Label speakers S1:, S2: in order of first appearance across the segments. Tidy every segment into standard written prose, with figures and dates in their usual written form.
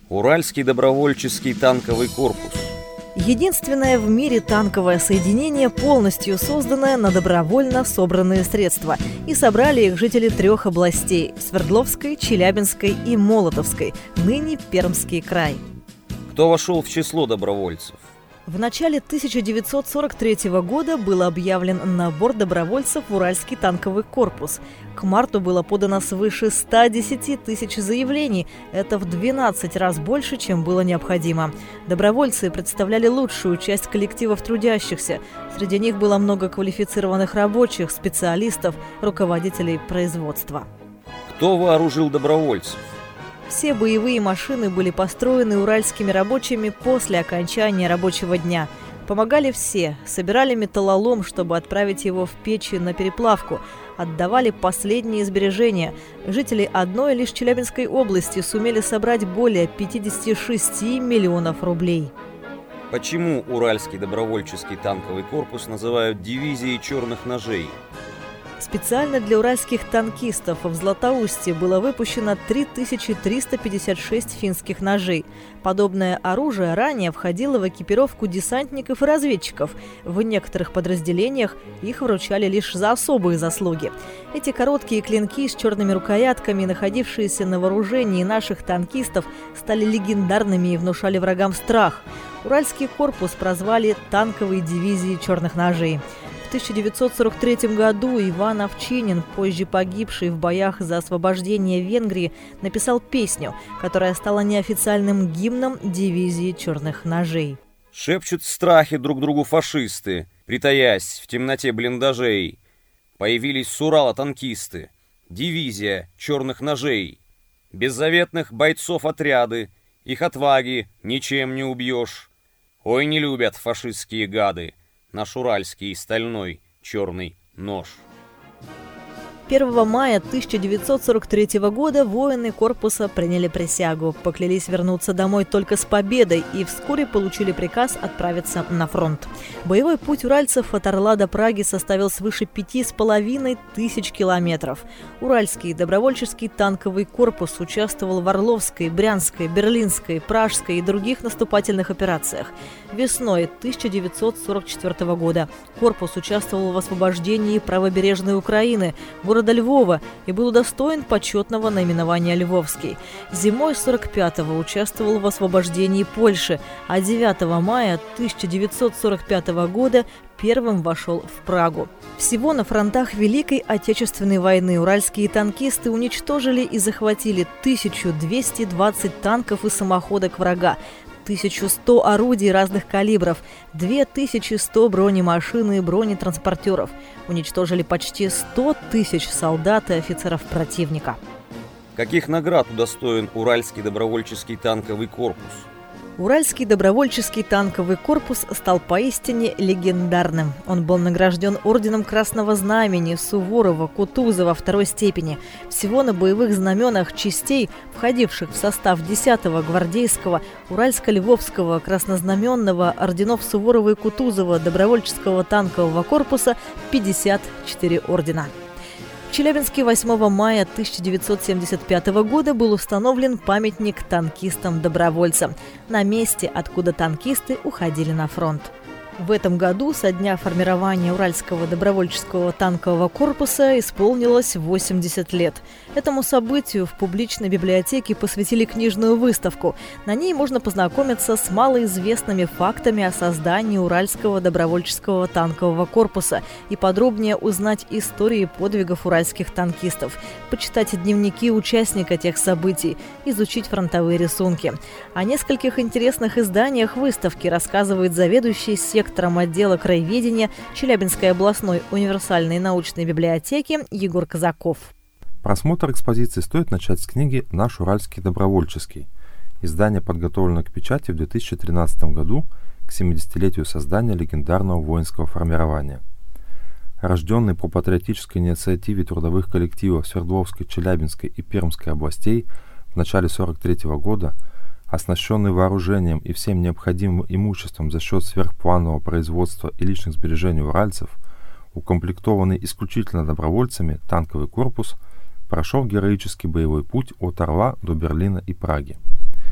S1: Уральский добровольческий танковый корпус.
S2: Единственное в мире танковое соединение, полностью созданное на добровольно собранные средства. И собрали их жители 3 областей – Свердловской, Челябинской и Молотовской, ныне Пермский край.
S1: Кто вошел в число добровольцев?
S2: В начале 1943 года был объявлен набор добровольцев в Уральский танковый корпус. К марту было подано свыше 110 тысяч заявлений. Это в 12 раз больше, чем было необходимо. Добровольцы представляли лучшую часть коллективов трудящихся. Среди них было много квалифицированных рабочих, специалистов, руководителей производства.
S1: Кто вооружил добровольцев?
S2: Все боевые машины были построены уральскими рабочими после окончания рабочего дня. Помогали все, собирали металлолом, чтобы отправить его в печи на переплавку, отдавали последние сбережения. Жители одной лишь Челябинской области сумели собрать более 56 миллионов рублей.
S1: Почему Уральский добровольческий танковый корпус называют дивизией черных ножей?
S2: Специально для уральских танкистов в Златоусте было выпущено 3356 финских ножей. Подобное оружие ранее входило в экипировку десантников и разведчиков. В некоторых подразделениях их вручали лишь за особые заслуги. Эти короткие клинки с черными рукоятками, находившиеся на вооружении наших танкистов, стали легендарными и внушали врагам страх. Уральский корпус прозвали «танковой дивизией черных ножей». В 1943 году Иван Овчинин, позже погибший в боях за освобождение Венгрии, написал песню, которая стала неофициальным гимном дивизии черных ножей.
S1: Шепчут в страхе друг другу фашисты, притаясь в темноте блиндажей. Появились с Урала танкисты, дивизия черных ножей. Беззаветных бойцов отряды, их отваги ничем не убьешь. Ой, не любят фашистские гады наш уральский стальной черный нож.
S2: 1 мая 1943 года воины корпуса приняли присягу, поклялись вернуться домой только с победой и вскоре получили приказ отправиться на фронт. Боевой путь уральцев от Орла до Праги составил свыше 5500 километров. Уральский добровольческий танковый корпус участвовал в Орловской, Брянской, Берлинской, Пражской и других наступательных операциях. Весной 1944 года корпус участвовал в освобождении правобережной Украины, города Львова, и был удостоен почетного наименования «Львовский». Зимой 1945-го участвовал в освобождении Польши, а 9 мая 1945 года первым вошел в Прагу. Всего на фронтах Великой Отечественной войны уральские танкисты уничтожили и захватили 1220 танков и самоходок врага, 1100 орудий разных калибров, 2100 бронемашин и бронетранспортеров. Уничтожили почти 100 тысяч солдат и офицеров противника.
S1: Каких наград удостоен Уральский добровольческий танковый корпус?
S2: Уральский добровольческий танковый корпус стал поистине легендарным. Он был награжден орденом Красного Знамени, Суворова, Кутузова 2 степени. Всего на боевых знаменах частей, входивших в состав 10-го гвардейского, Уральско-Львовского, Краснознаменного, орденов Суворова и Кутузова добровольческого танкового корпуса 54 ордена. В Челябинске 8 мая 1975 года был установлен памятник танкистам-добровольцам на месте, откуда танкисты уходили на фронт. В этом году со дня формирования Уральского добровольческого танкового корпуса исполнилось 80 лет. Этому событию в публичной библиотеке посвятили книжную выставку. На ней можно познакомиться с малоизвестными фактами о создании Уральского добровольческого танкового корпуса и подробнее узнать истории подвигов уральских танкистов, почитать дневники участника тех событий, изучить фронтовые рисунки. О нескольких интересных изданиях выставки рассказывает заведующий сектором отдела краеведения Челябинской областной универсальной научной библиотеки Егор Казаков.
S3: Просмотр экспозиции стоит начать с книги «Наш Уральский добровольческий». Издание подготовлено к печати в 2013 году к 70-летию создания легендарного воинского формирования. Рожденный по патриотической инициативе трудовых коллективов Свердловской, Челябинской и Пермской областей в начале 1943 года, оснащенный вооружением и всем необходимым имуществом за счет сверхпланового производства и личных сбережений уральцев, укомплектованный исключительно добровольцами, танковый корпус прошел героический боевой путь от Орла до Берлина и Праги.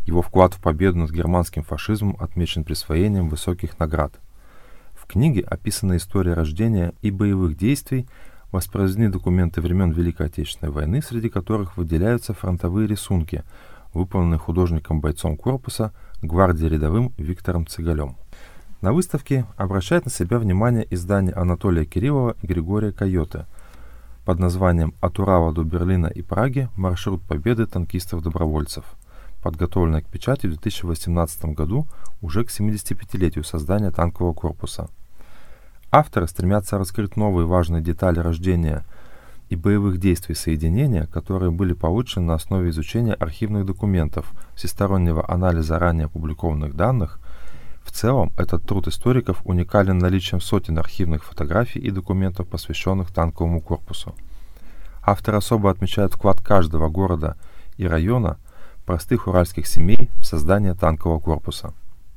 S3: Его вклад в победу над германским фашизмом отмечен присвоением высоких наград. В книге описана история рождения и боевых действий, воспроизведены документы времен Великой Отечественной войны, среди которых выделяются фронтовые рисунки, выполненные художником-бойцом корпуса, гвардии рядовым Виктором Цыгалем. На выставке обращает на себя внимание издание Анатолия Кириллова и Григория Койоты под названием «От Урала до Берлина и Праги. Маршрут победы танкистов-добровольцев», подготовленное к печати в 2018 году уже к 75-летию создания танкового корпуса. Авторы стремятся раскрыть новые важные детали рождения и боевых действий соединения, которые были получены на основе изучения архивных документов, всестороннего анализа ранее опубликованных данных. В целом, этот труд историков уникален наличием сотен архивных фотографий и документов, посвященных танковому корпусу. Авторы особо отмечают вклад каждого города и района, простых уральских семей в создание танкового корпуса.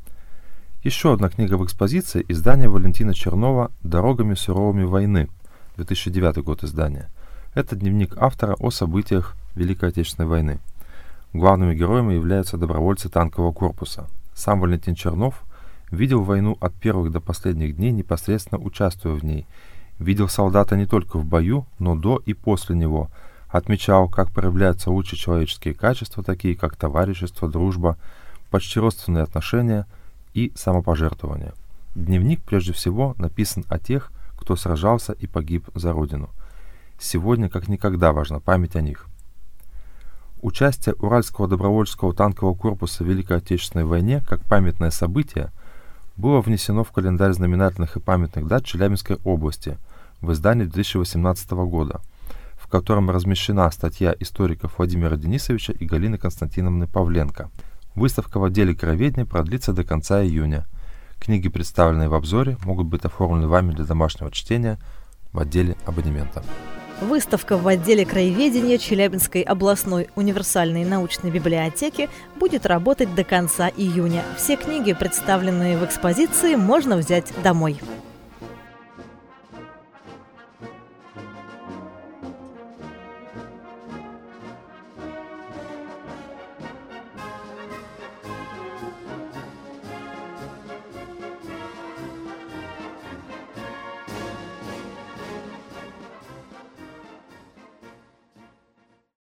S3: Еще одна книга в экспозиции — издание Валентина Чернова «Дорогами суровыми войны», 2009 год издания. Это дневник автора о событиях Великой Отечественной войны. Главными героями являются добровольцы танкового корпуса. Сам Валентин Чернов видел войну от первых до последних дней, непосредственно участвуя в ней. Видел солдата не только в бою, но до и после него. Отмечал, как проявляются лучшие человеческие качества, такие как товарищество, дружба, почти родственные отношения и самопожертвование. Дневник прежде всего написан о тех, кто сражался и погиб за Родину. Сегодня как никогда важна память о них. Участие Уральского добровольческого танкового корпуса в Великой Отечественной войне как памятное событие было внесено в календарь знаменательных и памятных дат Челябинской области в издании 2018 года, в котором размещена статья историков Владимира Денисовича и Галины Константиновны Павленко. Выставка в отделе краеведения продлится до конца июня. Книги, представленные в обзоре, могут быть оформлены вами для домашнего чтения в отделе абонемента.
S2: Выставка в отделе краеведения Челябинской областной универсальной научной библиотеки будет работать до конца июня. Все книги, представленные в экспозиции, можно взять домой.